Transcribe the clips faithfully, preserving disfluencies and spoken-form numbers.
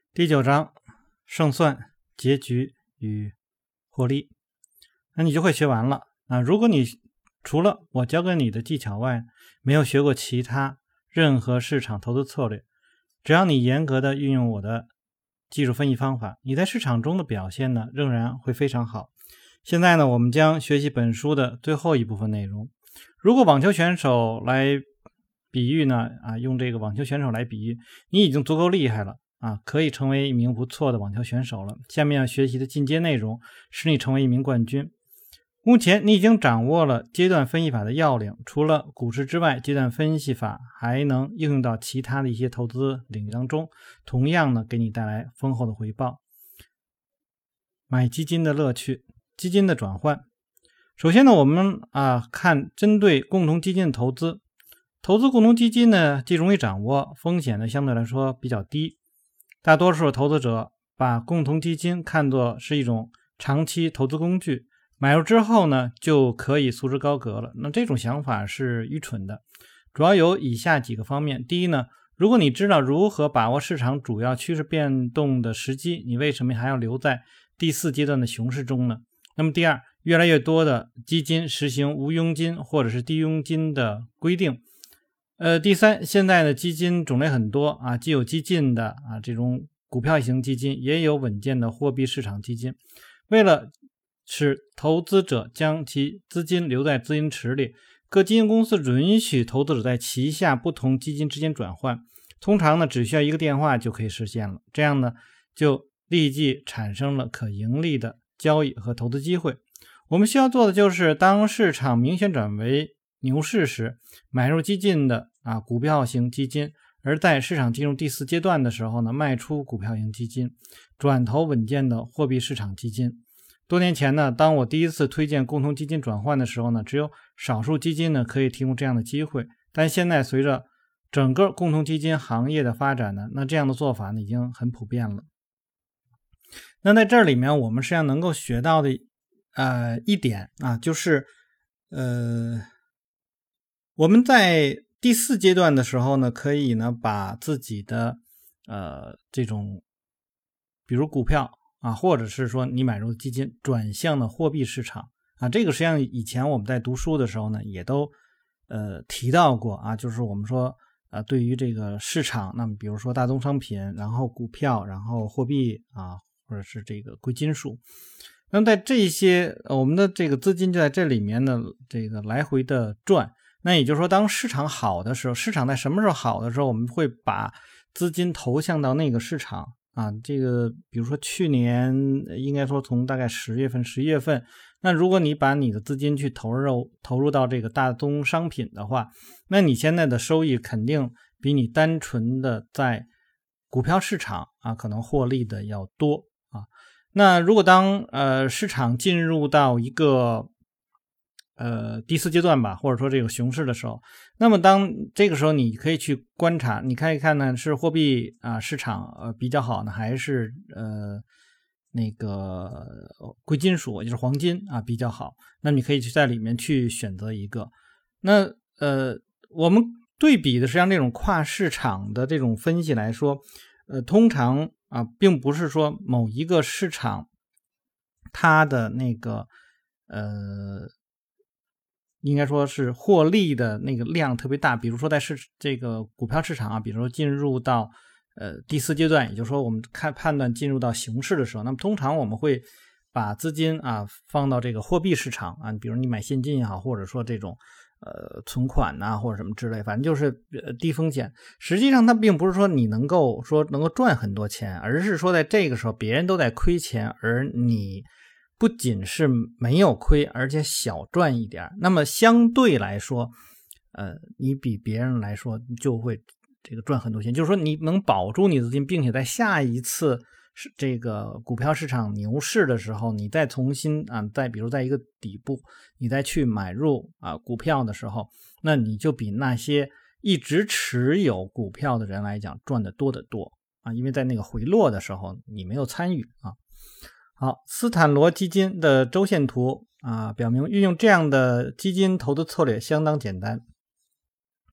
第九章胜算、结局与获利。那你就会学完了啊！如果你除了我教给你的技巧外，没有学过其他任何市场投资策略，只要你严格的运用我的技术分析方法，你在市场中的表现呢，仍然会非常好。现在呢，我们将学习本书的最后一部分内容。如果网球选手来比喻呢，啊，用这个网球选手来比喻，你已经足够厉害了啊，可以成为一名不错的网球选手了。下面要学习的进阶内容，使你成为一名冠军。目前你已经掌握了阶段分析法的要领，除了股市之外，阶段分析法还能应用到其他的一些投资领域当中，同样呢，给你带来丰厚的回报。买基金的乐趣，基金的转换。首先呢，我们啊看针对共同基金的投资，投资共同基金呢，既容易掌握，风险呢相对来说比较低。大多数投资者把共同基金看作是一种长期投资工具，买入之后呢，就可以束之高阁了。那这种想法是愚蠢的，主要有以下几个方面。第一呢，如果你知道如何把握市场主要趋势变动的时机，你为什么还要留在第四阶段的熊市中呢？那么第二，越来越多的基金实行无佣金或者是低佣金的规定。呃，第三，现在的基金种类很多啊，既有激进的啊这种股票型基金，也有稳健的货币市场基金。为了使投资者将其资金留在资金池里，各基金公司允许投资者在旗下不同基金之间转换，通常呢只需要一个电话就可以实现了。这样呢就立即产生了可盈利的交易和投资机会。我们需要做的就是当市场明显转为牛市时，买入激进的啊股票型基金，而在市场进入第四阶段的时候呢，卖出股票型基金，转投稳健的货币市场基金。多年前呢，当我第一次推荐共同基金转换的时候呢，只有少数基金呢可以提供这样的机会，但现在随着整个共同基金行业的发展呢，那这样的做法呢已经很普遍了。那在这里面我们实际上能够学到的呃一点啊，就是呃我们在第四阶段的时候呢，可以呢把自己的呃这种比如股票啊，或者是说你买入基金转向了货币市场啊，这个实际上以前我们在读书的时候呢也都呃提到过啊，就是我们说呃对于这个市场，那么比如说大宗商品，然后股票，然后货币啊，或者是这个贵金属。那么在这些我们的这个资金就在这里面呢这个来回的转。那也就是说，当市场好的时候，市场在什么时候好的时候，我们会把资金投向到那个市场啊。这个比如说去年应该说从大概十月份、十一月份，那如果你把你的资金去投入投入到这个大宗商品的话，那你现在的收益肯定比你单纯的在股票市场啊可能获利的要多啊。那如果当呃市场进入到一个呃，第四阶段吧，或者说这个熊市的时候，那么当这个时候你可以去观察，你看一看呢，是货币啊市场呃比较好呢，还是呃那个贵金属，就是黄金啊比较好？那你可以去在里面去选择一个。那呃，我们对比的实际上这种跨市场的这种分析来说，呃，通常啊，并不是说某一个市场它的那个呃。应该说是获利的那个量特别大，比如说在市这个股票市场啊，比如说进入到呃第四阶段，也就是说我们看判断进入到熊市的时候，那么通常我们会把资金啊放到这个货币市场啊，比如你买现金也好，或者说这种呃存款呐、啊、或者什么之类，反正就是呃低风险。实际上它并不是说你能够说能够赚很多钱，而是说在这个时候别人都在亏钱，而你不仅是没有亏，而且小赚一点，那么相对来说呃，你比别人来说就会这个赚很多钱，就是说你能保住你资金，并且在下一次这个股票市场牛市的时候，你再重新啊，再比如在一个底部你再去买入啊股票的时候，那你就比那些一直持有股票的人来讲赚得多得多啊，因为在那个回落的时候你没有参与啊。好，斯坦罗基金的周线图啊，表明运用这样的基金投资策略相当简单。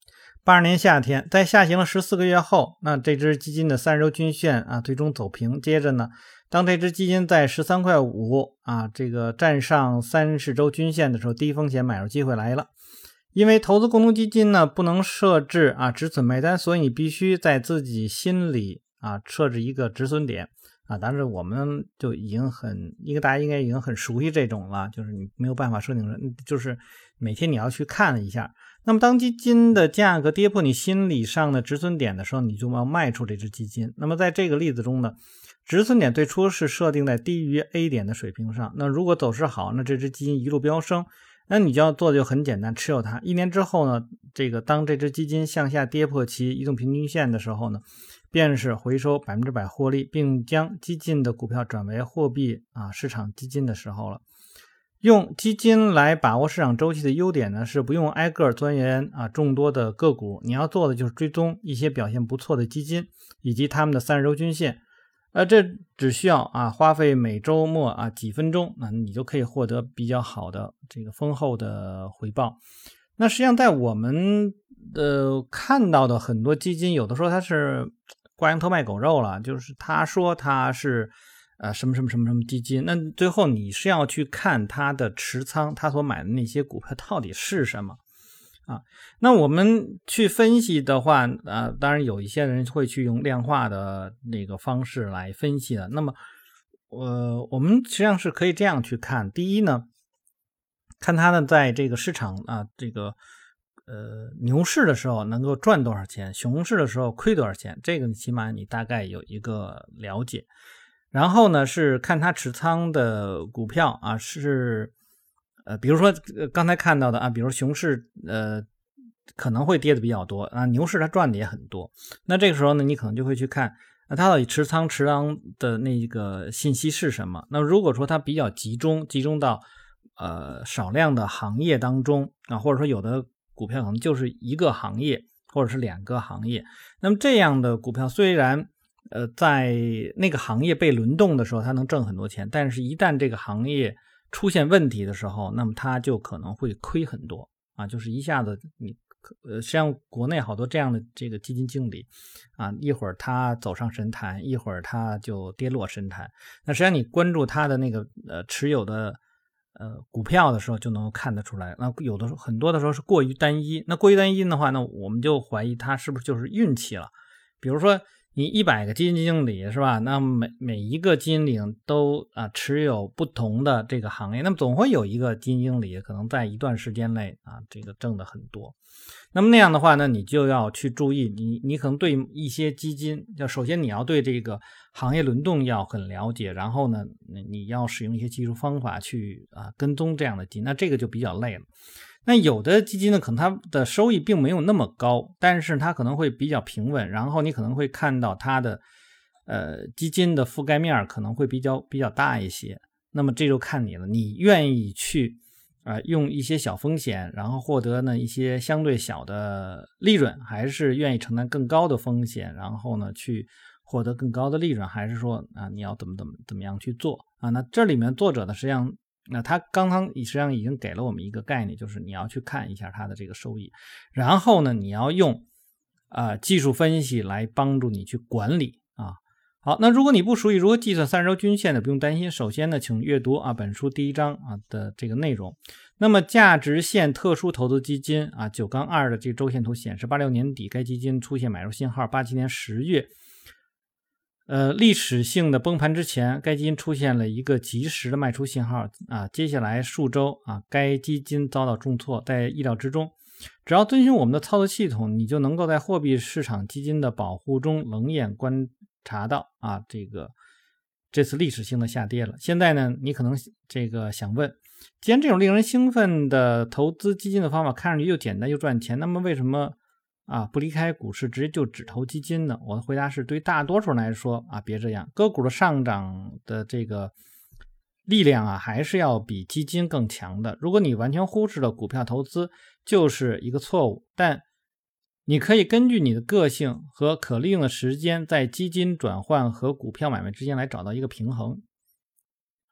八二年夏天，在下行了十四个月后，那这只基金的三十周均线啊最终走平。接着呢，当这只基金在十三块五啊这个站上三十周均线的时候，低风险买入机会来了。因为投资共同基金呢不能设置啊止损卖单，所以你必须在自己心里啊设置一个止损点啊。当然我们就已经很应该大家应该已经很熟悉这种了，就是你没有办法设定，就是每天你要去看一下。那么当基金的价格跌破你心理上的止损点的时候，你就要卖出这只基金。那么在这个例子中呢，止损点最初是设定在低于 A 点的水平上。那如果走势好，那这只基金一路飙升，那你就要做的就很简单，持有它。一年之后呢，这个当这只基金向下跌破其移动平均线的时候呢，便是回收百分之百获利，并将激进的股票转为货币啊市场基金的时候了。用基金来把握市场周期的优点呢，是不用挨个钻研啊众多的个股，你要做的就是追踪一些表现不错的基金以及他们的三十周均线。呃，这只需要啊花费每周末啊几分钟，那你就可以获得比较好的这个丰厚的回报。那实际上在我们呃看到的很多基金，有的时候它是挂羊头卖狗肉了，就是他说他是呃什么什么什么什么基金，那最后你是要去看他的持仓，他所买的那些股票到底是什么啊？那我们去分析的话，啊，当然有一些人会去用量化的那个方式来分析的。那么，呃，我们实际上是可以这样去看。第一呢，看他呢在这个市场啊，这个呃牛市的时候能够赚多少钱，熊市的时候亏多少钱，这个起码你大概有一个了解。然后呢，是看他持仓的股票啊，是呃，比如说、呃、刚才看到的啊，比如熊市呃可能会跌的比较多啊，牛市它赚的也很多。那这个时候呢，你可能就会去看那它到底持仓持仓的那个信息是什么。那如果说它比较集中，集中到呃少量的行业当中啊，或者说有的股票可能就是一个行业或者是两个行业，那么这样的股票虽然呃，在那个行业被轮动的时候，它能挣很多钱，但是一旦这个行业出现问题的时候，那么它就可能会亏很多啊，就是一下子你呃，实际上国内好多这样的这个基金经理啊，一会儿他走上神坛，一会儿他就跌落神坛。那实际上你关注他的那个呃持有的呃股票的时候，就能够看得出来。那有的很多的时候是过于单一，那过于单一的话，那我们就怀疑他是不是就是运气了。比如说你一百个基金经理是吧？那每每一个基金经理都啊持有不同的这个行业，那么总会有一个基金经理可能在一段时间内啊这个挣的很多。那么那样的话呢，你就要去注意，你你可能对一些基金，要首先你要对这个行业轮动要很了解，然后呢你要使用一些技术方法去啊跟踪这样的基金，那这个就比较累了。那有的基金呢，可能它的收益并没有那么高，但是它可能会比较平稳，然后你可能会看到它的呃基金的覆盖面可能会比较比较大一些。那么这就看你了，你愿意去啊、呃、用一些小风险，然后获得呢一些相对小的利润，还是愿意承担更高的风险，然后呢去获得更高的利润，还是说啊你要怎么怎么怎么样去做啊？那这里面作者呢实际上。那他刚刚实际上已经给了我们一个概念，就是你要去看一下它的这个收益，然后呢，你要用啊、呃、技术分析来帮助你去管理啊。好，那如果你不熟悉如何计算三十周均线的，不用担心。首先呢，请阅读啊本书第一章啊的这个内容。那么价值线特殊投资基金啊九杠二的这个周线图显示，八六年底该基金出现买入信号，八七年十月。呃，历史性的崩盘之前，该基金出现了一个及时的卖出信号啊。接下来数周啊，该基金遭到重挫，在意料之中。只要遵循我们的操作系统，你就能够在货币市场基金的保护中冷眼观察到啊，这个这次历史性的下跌了。现在呢，你可能这个想问，既然这种令人兴奋的投资基金的方法看上去又简单又赚钱，那么为什么？啊，不离开股市，直接就只投基金呢？我的回答是，对大多数人来说啊，别这样，个股的上涨的这个力量啊，还是要比基金更强的。如果你完全忽视了股票投资，就是一个错误。但你可以根据你的个性和可利用的时间，在基金转换和股票买卖之间来找到一个平衡。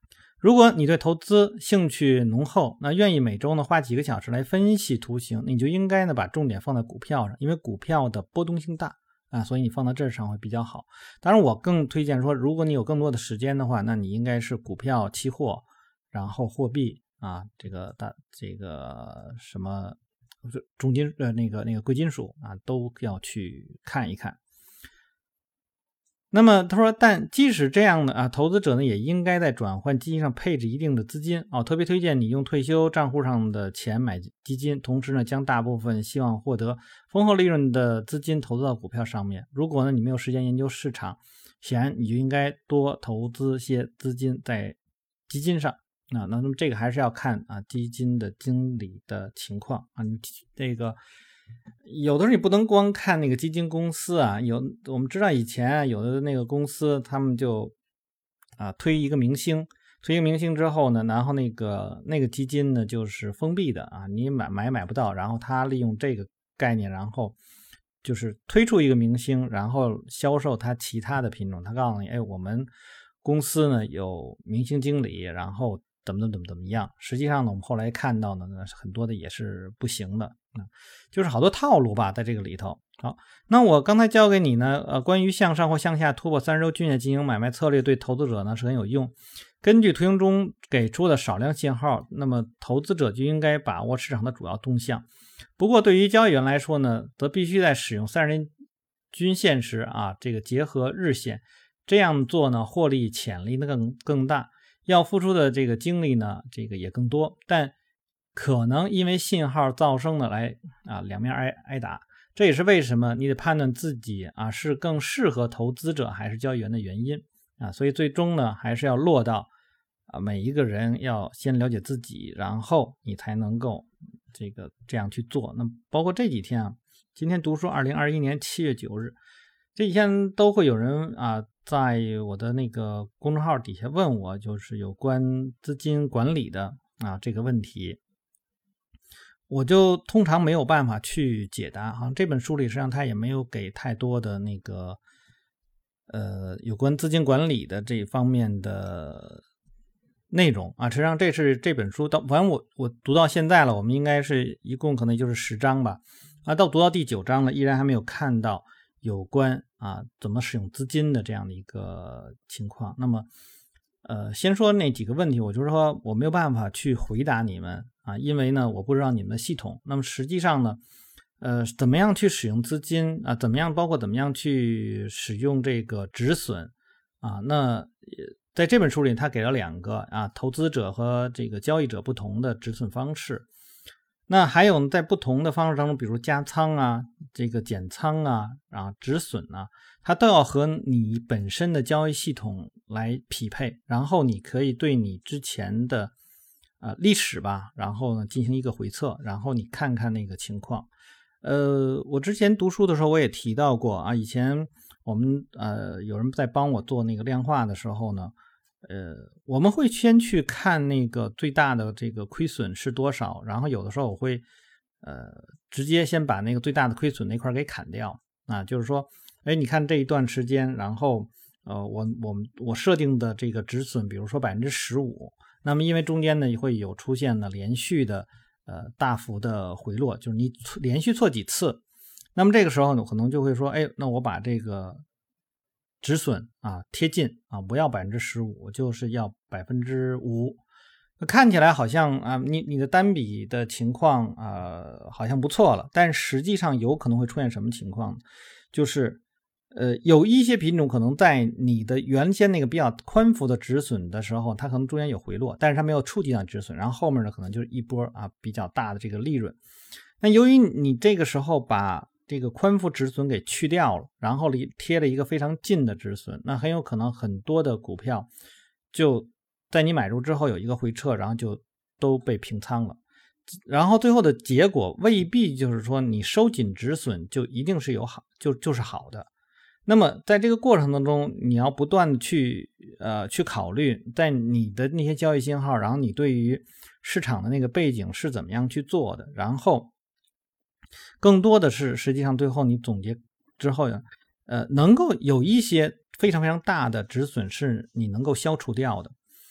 如果你对投资兴趣浓厚，那愿意每周呢花几个小时来分析图形，你就应该呢把重点放在股票上，因为股票的波动性大啊，所以你放到这上会比较好。当然我更推荐说，如果你有更多的时间的话，那你应该是股票、期货，然后货币啊，这个大这个什么重金呃那个那个贵金属啊，都要去看一看。那么他说，但即使这样的啊，投资者呢也应该在转换基金上配置一定的资金哦，特别推荐你用退休账户上的钱买基金，同时呢将大部分希望获得丰厚利润的资金投资到股票上面。如果呢你没有时间研究市场，显然你就应该多投资些资金在基金上啊。那么这个还是要看啊基金的经理的情况啊，你这个。有的时候你不能光看那个基金公司啊，有我们知道以前啊，有的那个公司他们就啊推一个明星，推一个明星之后呢，然后那个那个基金呢就是封闭的啊，你买买买不到，然后他利用这个概念，然后就是推出一个明星，然后销售他其他的品种，他告诉你，哎，我们公司呢有明星经理，然后怎么怎么怎么怎么样，实际上呢我们后来看到呢很多的也是不行的。就是好多套路吧在这个里头。好，那我刚才教给你呢呃，关于向上或向下突破三十周均线进行买卖策略，对投资者呢是很有用。根据图形中给出的少量信号，那么投资者就应该把握市场的主要动向。不过对于交易员来说呢，则必须在使用三十日均线时啊，这个结合日线，这样做呢获利潜力呢更更大，要付出的这个精力呢这个也更多，但可能因为信号噪声的来啊两面挨挨打，这也是为什么你得判断自己啊是更适合投资者还是交易员的原因啊。所以最终呢还是要落到啊每一个人要先了解自己，然后你才能够这个这样去做。那包括这几天啊，今天读书二零二一年七月九日，这几天都会有人啊在我的那个公众号底下问我，就是有关资金管理的啊这个问题。我就通常没有办法去解答啊，这本书里实际上他也没有给太多的那个呃有关资金管理的这方面的内容啊。实际上这是这本书到反正我我读到现在了，我们应该是一共可能就是十章吧啊，到读到第九章了，依然还没有看到有关啊怎么使用资金的这样的一个情况。那么呃，先说那几个问题，我就是说我没有办法去回答你们啊，因为呢我不知道你们的系统。那么实际上呢呃，怎么样去使用资金啊，怎么样包括怎么样去使用这个止损啊，那在这本书里他给了两个啊投资者和这个交易者不同的止损方式。那还有在不同的方式当中，比如加仓啊，这个减仓啊，啊止损啊，它都要和你本身的交易系统来匹配，然后你可以对你之前的呃历史吧，然后呢进行一个回测，然后你看看那个情况。呃，我之前读书的时候我也提到过啊，以前我们呃有人在帮我做那个量化的时候呢，呃，我们会先去看那个最大的这个亏损是多少，然后有的时候我会呃直接先把那个最大的亏损那块给砍掉啊，就是说，哎，你看这一段时间，然后呃我我们我设定的这个止损，比如说百分之十五，那么因为中间呢会有出现了连续的呃大幅的回落，就是你连续错几次，那么这个时候呢可能就会说，哎，那我把这个止损啊贴近啊，不要百分之十五，就是要百分之五。看起来好像啊，你你的单笔的情况啊，好像不错了，但实际上有可能会出现什么情况？就是呃，有一些品种可能在你的原先那个比较宽幅的止损的时候，它可能中间有回落，但是它没有触及到止损，然后后面呢可能就是一波啊比较大的这个利润。那由于你这个时候把这个宽幅止损给去掉了，然后里贴了一个非常近的止损，那很有可能很多的股票就在你买入之后有一个回撤，然后就都被平仓了，然后最后的结果未必就是说你收紧止损就一定是有好就就是好的。那么在这个过程当中，你要不断的去呃去考虑在你的那些交易信号，然后你对于市场的那个背景是怎么样去做的，然后更多的是实际上最后你总结之后呀，呃，能够有一些非常非常大的止损是你能够消除掉的。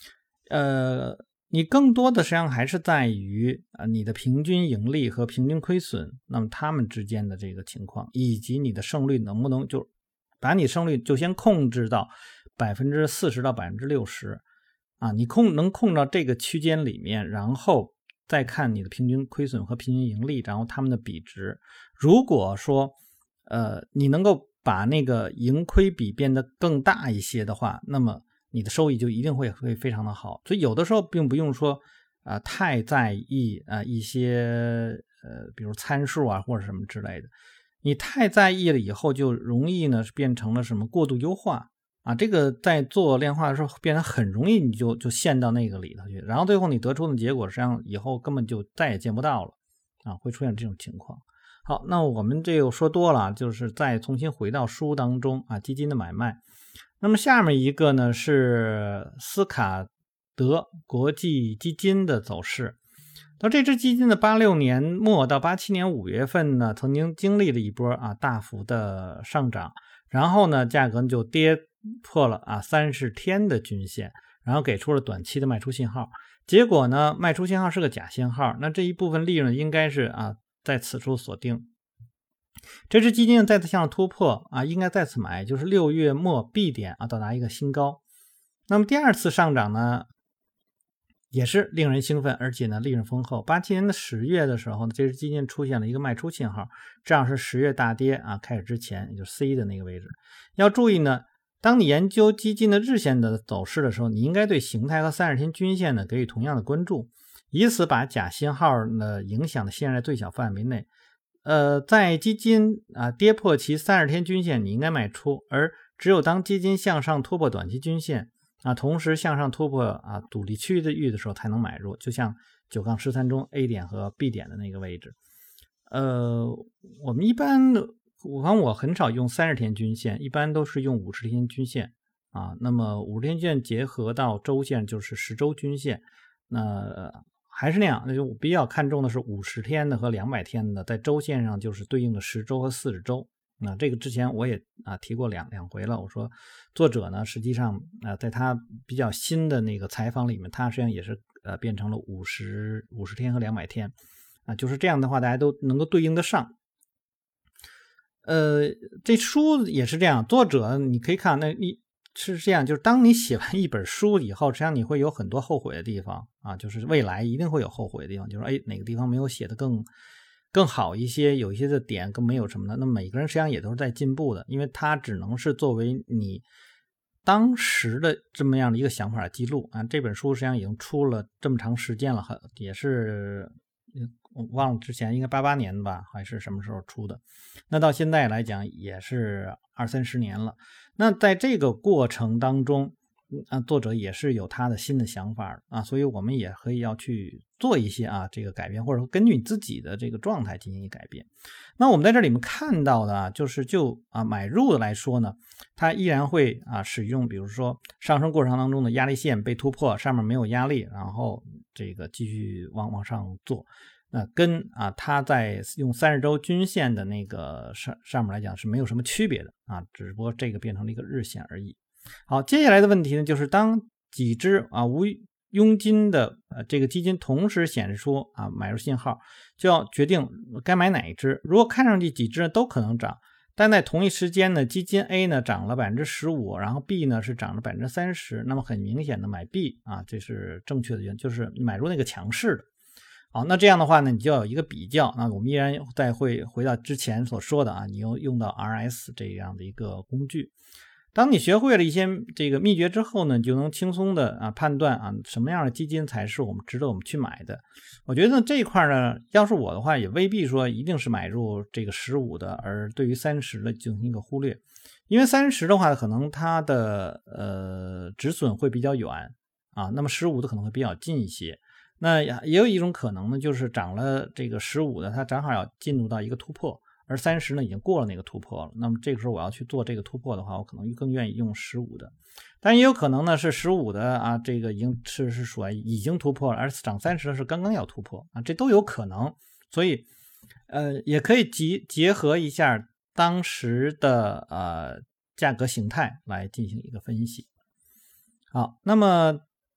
呃，你更多的实际上还是在于呃你的平均盈利和平均亏损，那么它们之间的这个情况，以及你的胜率能不能就把你胜率就先控制到百分之四十到百分之六十啊，你控能控到这个区间里面，然后再看你的平均亏损和平均盈利，然后它们的比值。如果说呃你能够把那个盈亏比变得更大一些的话，那么你的收益就一定会会非常的好。所以有的时候并不用说啊、呃、太在意啊、呃、一些呃比如参数啊或者什么之类的。你太在意了以后，就容易呢变成了什么过度优化啊，这个在做量化的时候变得很容易，你就就陷到那个里头去，然后最后你得出的结果实际上以后根本就再也见不到了啊，会出现这种情况。好，那我们这个说多了，就是再重新回到书当中啊，基金的买卖。那么下面一个呢是斯卡德国际基金的走势。那这支基金的八六年末到八七年五月份呢，曾经经历了一波啊大幅的上涨，然后呢价格就跌破了啊三十天的均线，然后给出了短期的卖出信号。结果呢卖出信号是个假信号，那这一部分利润应该是啊在此处锁定。这支基金再次向突破啊，应该再次买，就是六月末 B 点啊到达一个新高。那么第二次上涨呢也是令人兴奋，而且呢利润丰厚。八七年的十月的时候呢，这支基金出现了一个卖出信号，这样是十月大跌啊开始之前，也就是 C 的那个位置。要注意呢，当你研究基金的日线的走势的时候，你应该对形态和三十天均线呢给予同样的关注，以此把假信号呢影响的限制在最小范围内。呃，在基金啊跌破其三十天均线，你应该卖出，而只有当基金向上突破短期均线啊，同时向上突破啊阻力区域的域的时候才能买入，就像九杠十三中 A 点和 B 点的那个位置。呃，我们一般我看我很少用三十天均线，一般都是用五十天均线啊。那么五十天均线结合到周线就是十周均线，那还是那样，那就我比较看重的是五十天的和两百天的，在周线上就是对应的十周和四十周。那这个之前我也啊提过两两回了，我说作者呢实际上啊在他比较新的那个采访里面，他实际上也是呃变成了五十五十天和两百天啊，就是这样的话大家都能够对应得上。呃，这书也是这样，作者你可以看那你是这样，就是当你写完一本书以后，实际上你会有很多后悔的地方啊，就是未来一定会有后悔的地方，就是哎哪个地方没有写得更更好一些，有一些的点更没有什么的。那么每个人实际上也都是在进步的，因为它只能是作为你当时的这么样的一个想法记录啊。这本书实际上已经出了这么长时间了，也是我忘了之前应该八八年吧，还是什么时候出的。那到现在来讲也是二三十年了。那在这个过程当中啊，作者也是有他的新的想法啊，所以我们也可以要去做一些啊这个改变，或者说根据你自己的这个状态进行一改变。那我们在这里面看到的啊，就是就啊买入的来说呢，它依然会啊使用比如说上升过程当中的压力线被突破，上面没有压力，然后这个继续往往上做。那跟啊它在用三十周均线的那个上上面来讲是没有什么区别的啊，只不过这个变成了一个日线而已。好，接下来的问题呢，就是当几只啊无佣金的呃这个基金同时显示出啊买入信号，就要决定该买哪一只。如果看上去几只都可能涨，但在同一时间呢，基金 A 呢涨了 百分之十五， 然后 B 呢是涨了 百分之三十， 那么很明显的买 B 啊，这是正确的原因，就是买入那个强势的。好，那这样的话呢，你就要有一个比较。那我们依然再会回到之前所说的啊，你用用到 R S 这样的一个工具。当你学会了一些这个秘诀之后呢，你就能轻松的啊判断啊什么样的基金才是我们值得我们去买的。我觉得这一块呢，要是我的话，也未必说一定是买入这个十五的，而对于三十的进行一个忽略，因为三十的话，可能它的呃止损会比较远啊，那么十五的可能会比较近一些。那也有一种可能呢，就是涨了这个十五的，它正好要进入到一个突破，而三十呢已经过了那个突破了。那么这个时候我要去做这个突破的话，我可能更愿意用十五的。但也有可能呢是十五的啊，这个已经是是属于已经突破了，而涨三十的是刚刚要突破啊，这都有可能。所以呃也可以结结合一下当时的呃价格形态来进行一个分析。好，那么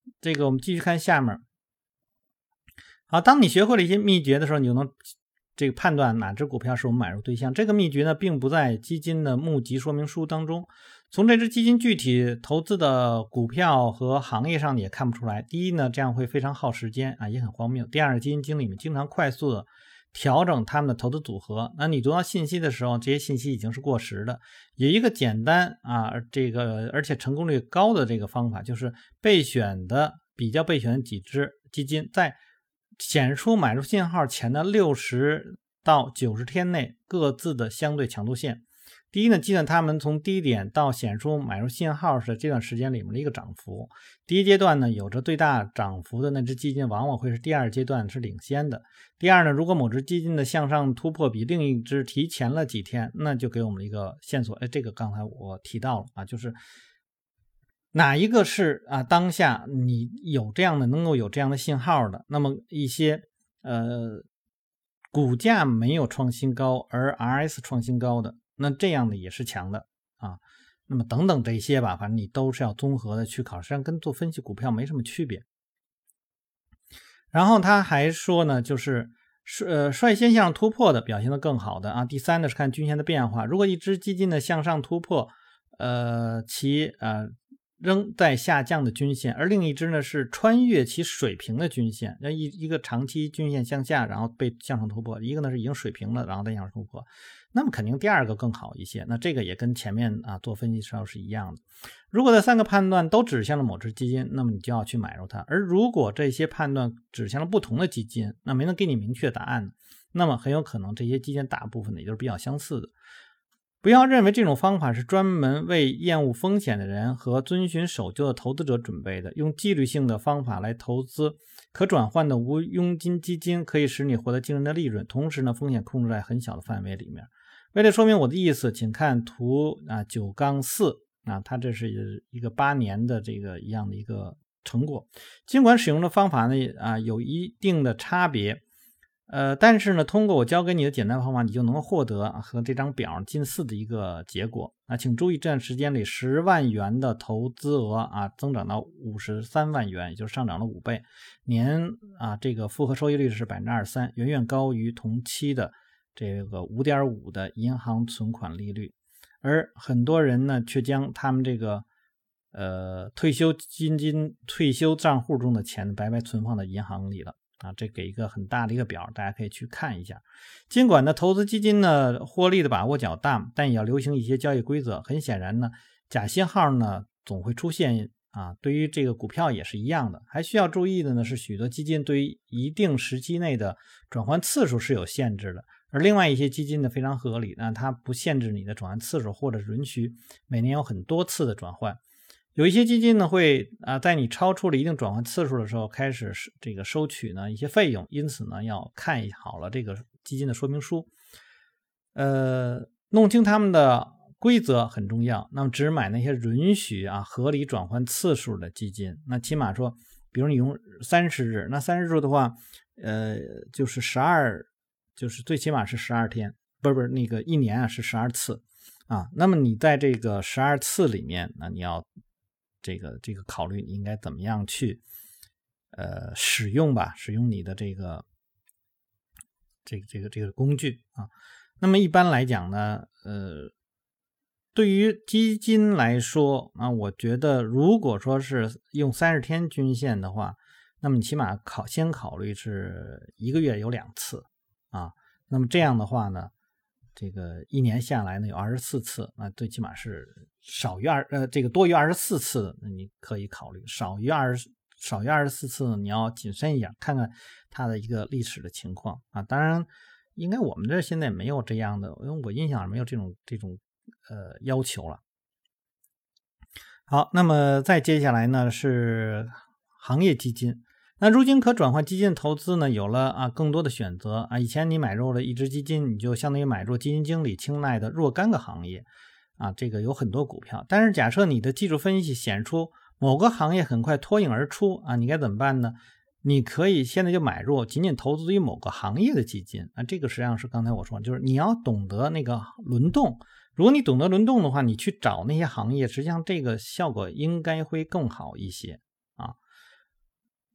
这个我们继续看下面。好，当你学会了一些秘诀的时候，你就能这个判断哪只股票是我们买入对象。这个秘诀呢，并不在基金的募集说明书当中，从这只基金具体投资的股票和行业上也看不出来。第一呢，这样会非常耗时间啊，也很荒谬。第二，基金经理们经常快速的调整他们的投资组合，那你读到信息的时候，这些信息已经是过时的。有一个简单啊，这个而且成功率高的这个方法，就是备选的比较备选的几只基金，在显示出买入信号前的六十到九十天内各自的相对强度线。第一呢，计算他们从低点到显示出买入信号的这段时间里面的一个涨幅。第一阶段呢，有着最大涨幅的那只基金往往会是第二阶段是领先的。第二呢，如果某只基金的向上突破比另一只提前了几天，那就给我们一个线索。哎，这个刚才我提到了啊，就是哪一个是啊当下你有这样的能够有这样的信号的，那么一些呃股价没有创新高而 R S 创新高的，那这样的也是强的啊。那么等等这些吧，反正你都是要综合的去考，实际上跟做分析股票没什么区别。然后他还说呢，就是呃率先向上突破的表现得更好的啊。第三呢是看均线的变化，如果一只基金的向上突破，呃其呃仍在下降的均线，而另一只呢是穿越其水平的均线，一一个长期均线向下，然后被向上突破，一个呢是已经水平了，然后再向上突破，那么肯定第二个更好一些。那这个也跟前面啊做分析时候是一样的。如果这三个判断都指向了某只基金，那么你就要去买入它。而如果这些判断指向了不同的基金，那没能给你明确答案，那么很有可能这些基金大部分也就是比较相似的。不要认为这种方法是专门为厌恶风险的人和遵循守旧的投资者准备的。用纪律性的方法来投资可转换的无佣金基金，可以使你获得惊人的利润，同时呢，风险控制在很小的范围里面。为了说明我的意思，请看图啊九杠四啊，它这是一个八年的这个一样的一个成果。尽管使用的方法呢啊有一定的差别。呃，但是呢，通过我教给你的简单方法，你就能够获得和这张表近似的一个结果啊。请注意，这段时间里十万元的投资额啊，增长到五十三万元，也就是上涨了五倍，年啊这个复合收益率是 百分之二十三， 远远高于同期的这个 五点五 的银行存款利率。而很多人呢，却将他们这个呃退休基金、退休账户中的钱白白存放在银行里了。啊，这给一个很大的一个表，大家可以去看一下。尽管呢，投资基金呢获利的把握较大，但也要流行一些交易规则。很显然呢，假信号呢总会出现啊。对于这个股票也是一样的。还需要注意的呢是，许多基金对于一定时期内的转换次数是有限制的，而另外一些基金呢非常合理，那它不限制你的转换次数，或者允许每年有很多次的转换。有一些基金呢会啊，在你超出了一定转换次数的时候开始这个收取呢一些费用，因此呢要看好了这个基金的说明书，呃，弄清他们的规则很重要。那么只买那些允许啊合理转换次数的基金，那起码说，比如你用三十日，那三十日的话，呃，就是十二，就是最起码是十二天，不是不是那个一年啊是十二次啊。那么你在这个十二次里面，那你要。这个这个考虑你应该怎么样去呃使用吧，使用你的这个这个这个这个工具啊。那么一般来讲呢，呃，对于基金来说啊，我觉得如果说是用三十天均线的话，那么你起码考先考虑是一个月有两次啊。那么这样的话呢，这个一年下来呢有二十四次，那最起码是少于二呃这个多于二十四次，那你可以考虑；少于二十少于二十四次，你要谨慎一点，看看它的一个历史的情况啊。当然，应该我们这现在没有这样的，因为我印象没有这种这种呃要求了。好，那么再接下来呢是行业基金。那如今可转换基金投资呢，有了啊更多的选择啊。以前你买入了一只基金，你就相当于买入基金经理青睐的若干个行业啊，这个有很多股票。但是假设你的技术分析显示出某个行业很快脱颖而出啊，你该怎么办呢？你可以现在就买入仅仅投资于某个行业的基金啊。这个实际上是刚才我说，就是你要懂得那个轮动。如果你懂得轮动的话，你去找那些行业，实际上这个效果应该会更好一些啊。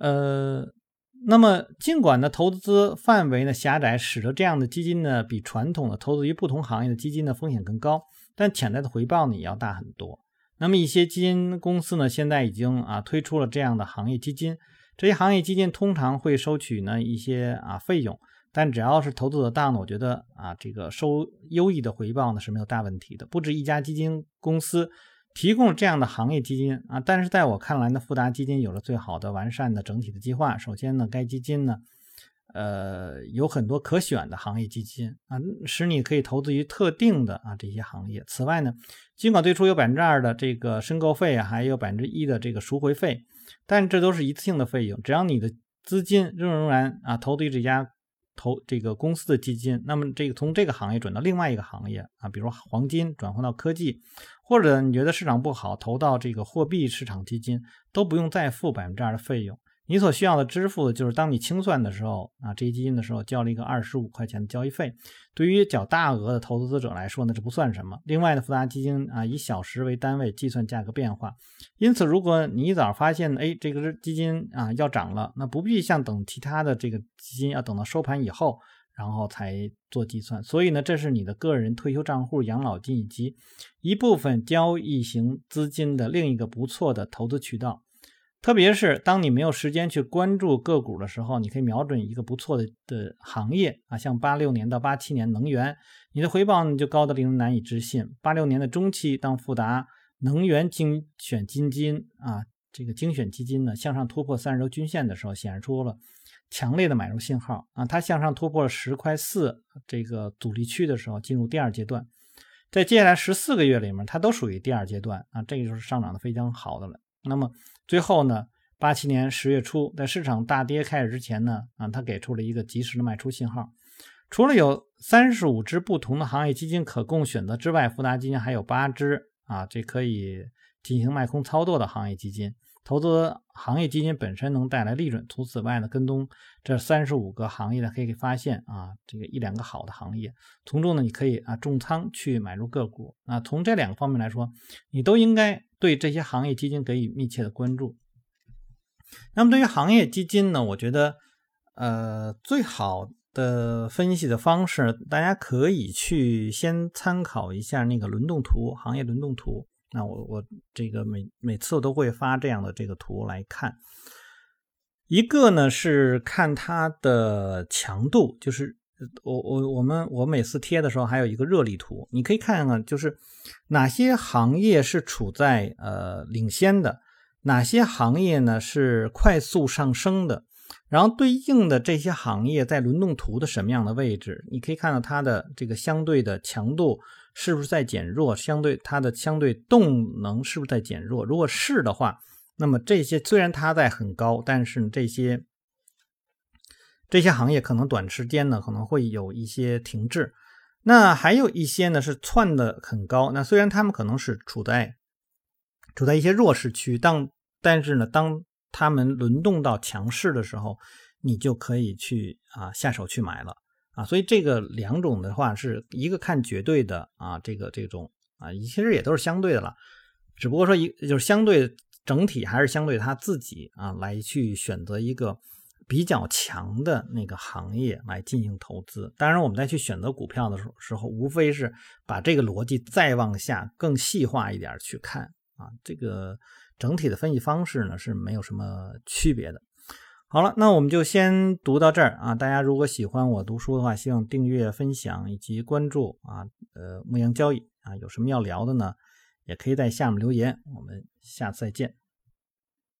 呃，那么尽管呢投资范围呢狭窄，使得这样的基金呢比传统的投资于不同行业的基金的风险更高，但潜在的回报呢也要大很多。那么一些基金公司呢现在已经啊推出了这样的行业基金，这些行业基金通常会收取呢一些啊费用，但只要是投资得当呢，我觉得啊这个收优异的回报呢是没有大问题的。不止一家基金公司提供了这样的行业基金啊，但是在我看来呢，富达基金有了最好的完善的整体的计划。首先呢，该基金呢呃，有很多可选的行业基金啊，使你可以投资于特定的啊这些行业。此外呢，尽管最初有 百分之二 的这个申购费啊，还有 百分之一 的这个赎回费，但这都是一次性的费用。只要你的资金仍仍然啊投资于这家投这个公司的基金，那么这个从这个行业转到另外一个行业啊，比如黄金转换到科技，或者你觉得市场不好投到这个货币市场基金，都不用再付 百分之二 的费用。你所需要的支付的就是当你清算的时候啊，这些基金的时候交了一个二十五块钱的交易费。对于较大额的投资者来说呢，这不算什么。另外呢，富达基金啊以小时为单位计算价格变化，因此如果你一早发现哎这个基金啊要涨了，那不必像等其他的这个基金要等到收盘以后然后才做计算。所以呢，这是你的个人退休账户、养老金以及一部分交易型资金的另一个不错的投资渠道。特别是当你没有时间去关注个股的时候，你可以瞄准一个不错的的行业啊，像八六年到八七年能源，你的回报就高得令人难以置信。八六年的中期，当富达能源精选基金啊，这个精选基金呢向上突破三十周均线的时候，显示出了强烈的买入信号啊，它向上突破了十块四这个阻力区的时候，进入第二阶段。在接下来十四个月里面，它都属于第二阶段啊，这个就是上涨的非常好的了。那么最后呢，八七年十月初，在市场大跌开始之前呢，啊，它给出了一个及时的卖出信号。除了有三十五只不同的行业基金可供选择之外，富达基金还有八只啊，这可以进行卖空操作的行业基金。投资行业基金本身能带来利润，除此之外呢，跟踪这三十五个行业呢，可以发现啊，这个一两个好的行业，从中呢，你可以啊重仓去买入个股啊。从这两个方面来说，你都应该对这些行业基金给予密切的关注。那么对于行业基金呢，我觉得呃最好的分析的方式，大家可以去先参考一下那个轮动图，行业轮动图。那我我这个每每次我都会发这样的这个图来看。一个呢是看它的强度，就是我我我们我每次贴的时候还有一个热力图，你可以看看就是哪些行业是处在呃领先的，哪些行业呢是快速上升的，然后对应的这些行业在轮动图的什么样的位置，你可以看到它的这个相对的强度是不是在减弱，相对它的相对动能是不是在减弱。如果是的话，那么这些虽然它在很高，但是这些这些行业可能短时间呢可能会有一些停滞。那还有一些呢是窜的很高，那虽然他们可能是处在处在一些弱势区，但但是呢当他们轮动到强势的时候，你就可以去啊下手去买了啊。所以这个两种的话是一个看绝对的啊这个这种啊，其实也都是相对的了，只不过说一就是相对整体还是相对他自己啊来去选择一个比较强的那个行业来进行投资。当然我们再去选择股票的时候，无非是把这个逻辑再往下更细化一点去看啊，这个整体的分析方式呢是没有什么区别的。好了，那我们就先读到这儿啊。大家如果喜欢我读书的话，希望订阅、分享以及关注啊。呃，牧羊交易啊，有什么要聊的呢，也可以在下面留言。我们下次再见。